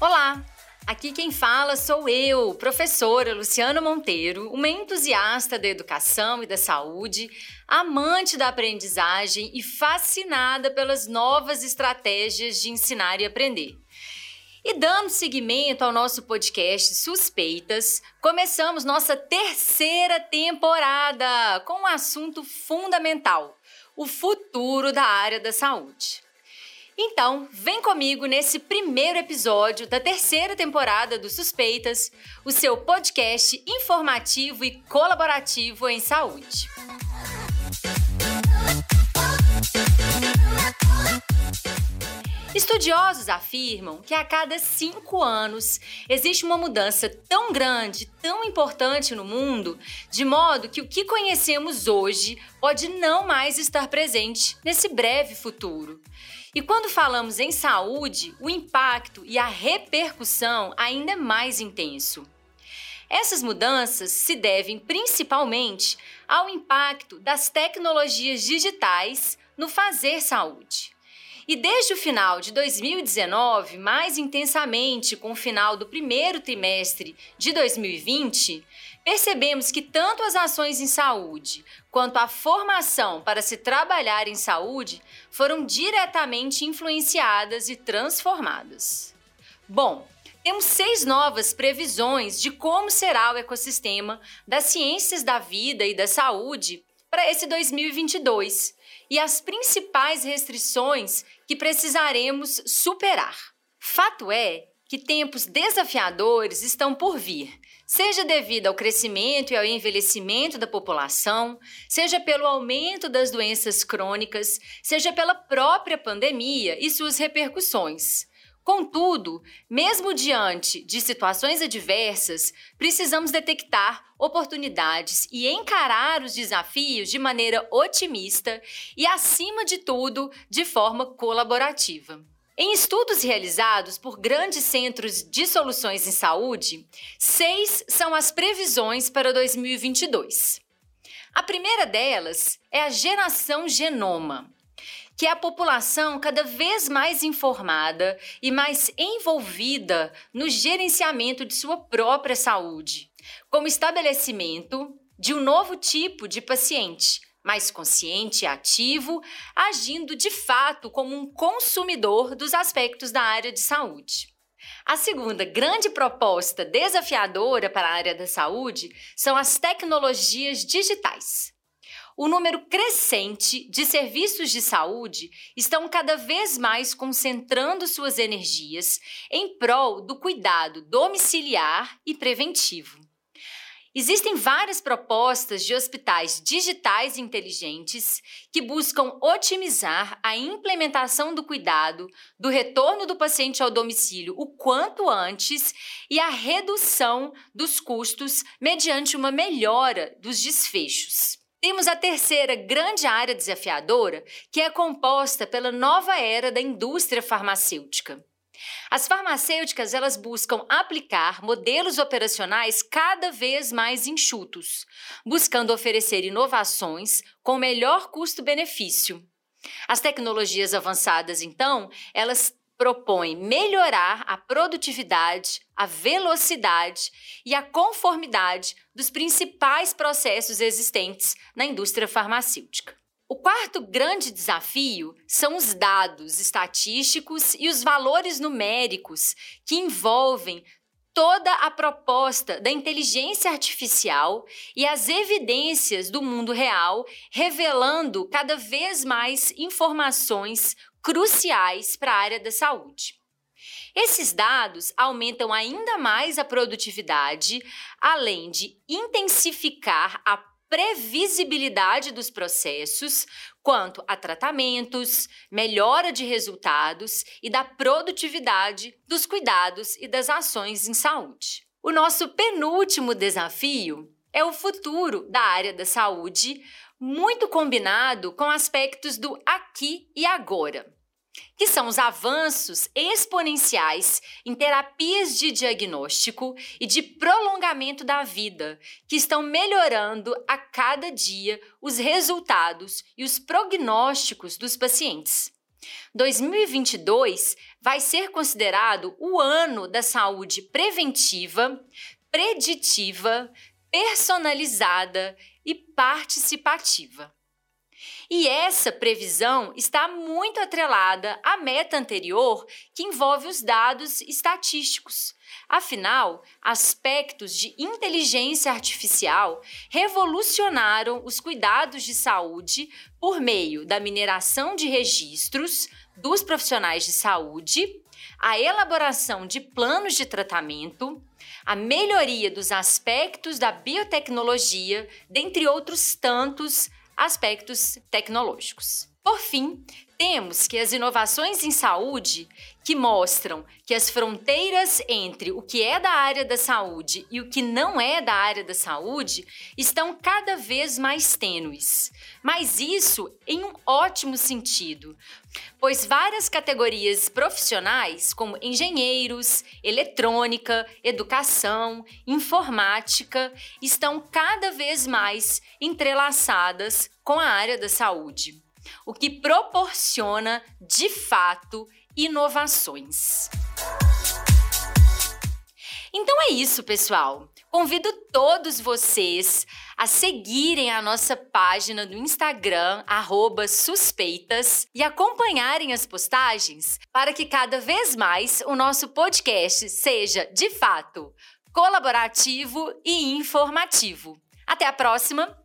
Olá! Aqui quem fala sou eu, professora Luciana Monteiro, uma entusiasta da educação e da saúde, amante da aprendizagem e fascinada pelas novas estratégias de ensinar e aprender. E dando seguimento ao nosso podcast Suspeitas, começamos nossa terceira temporada com um assunto fundamental: o futuro da área da saúde. Então, vem comigo nesse primeiro episódio da terceira temporada do Suspeitas, o seu podcast informativo e colaborativo em saúde. Estudiosos afirmam que a cada 5 anos existe uma mudança tão grande, tão importante no mundo, de modo que o que conhecemos hoje pode não mais estar presente nesse breve futuro. E quando falamos em saúde, o impacto e a repercussão ainda é mais intenso. Essas mudanças se devem principalmente ao impacto das tecnologias digitais no fazer saúde. E desde o final de 2019, mais intensamente com o final do primeiro trimestre de 2020, percebemos que tanto as ações em saúde quanto a formação para se trabalhar em saúde foram diretamente influenciadas e transformadas. Bom, temos 6 novas previsões de como será o ecossistema das ciências da vida e da saúde para esse 2022 e as principais restrições que precisaremos superar. Fato é que tempos desafiadores estão por vir, seja devido ao crescimento e ao envelhecimento da população, seja pelo aumento das doenças crônicas, seja pela própria pandemia e suas repercussões. Contudo, mesmo diante de situações adversas, precisamos detectar oportunidades e encarar os desafios de maneira otimista e, acima de tudo, de forma colaborativa. Em estudos realizados por grandes centros de soluções em saúde, 6 são as previsões para 2022. A primeira delas é a geração genoma, que é a população cada vez mais informada e mais envolvida no gerenciamento de sua própria saúde, como estabelecimento de um novo tipo de paciente, mais consciente e ativo, agindo de fato como um consumidor dos aspectos da área de saúde. A segunda grande proposta desafiadora para a área da saúde são as tecnologias digitais. O número crescente de serviços de saúde estão cada vez mais concentrando suas energias em prol do cuidado domiciliar e preventivo. Existem várias propostas de hospitais digitais inteligentes que buscam otimizar a implementação do cuidado, do retorno do paciente ao domicílio o quanto antes e a redução dos custos mediante uma melhora dos desfechos. Temos a terceira grande área desafiadora, que é composta pela nova era da indústria farmacêutica. As farmacêuticas elas buscam aplicar modelos operacionais cada vez mais enxutos, buscando oferecer inovações com melhor custo-benefício. As tecnologias avançadas, então, elas propõem melhorar a produtividade, a velocidade e a conformidade dos principais processos existentes na indústria farmacêutica. O quarto grande desafio são os dados estatísticos e os valores numéricos que envolvem toda a proposta da inteligência artificial e as evidências do mundo real, revelando cada vez mais informações cruciais para a área da saúde. Esses dados aumentam ainda mais a produtividade, além de intensificar a previsibilidade dos processos quanto a tratamentos, melhora de resultados e da produtividade dos cuidados e das ações em saúde. O nosso penúltimo desafio é o futuro da área da saúde, muito combinado com aspectos do aqui e agora, que são os avanços exponenciais em terapias de diagnóstico e de prolongamento da vida, que estão melhorando a cada dia os resultados e os prognósticos dos pacientes. 2022 vai ser considerado o ano da saúde preventiva, preditiva, personalizada e participativa. E essa previsão está muito atrelada à meta anterior, que envolve os dados estatísticos. Afinal, aspectos de inteligência artificial revolucionaram os cuidados de saúde por meio da mineração de registros dos profissionais de saúde, a elaboração de planos de tratamento, a melhoria dos aspectos da biotecnologia, dentre outros tantos aspectos tecnológicos. Por fim, temos que as inovações em saúde, que mostram que as fronteiras entre o que é da área da saúde e o que não é da área da saúde, estão cada vez mais tênues. Mas isso em um ótimo sentido, pois várias categorias profissionais, como engenheiros, eletrônica, educação, informática, estão cada vez mais entrelaçadas com a área da saúde, o que proporciona, de fato, inovações. Então é isso, pessoal. Convido todos vocês a seguirem a nossa página no Instagram, @suspeitas, e acompanharem as postagens para que cada vez mais o nosso podcast seja, de fato, colaborativo e informativo. Até a próxima!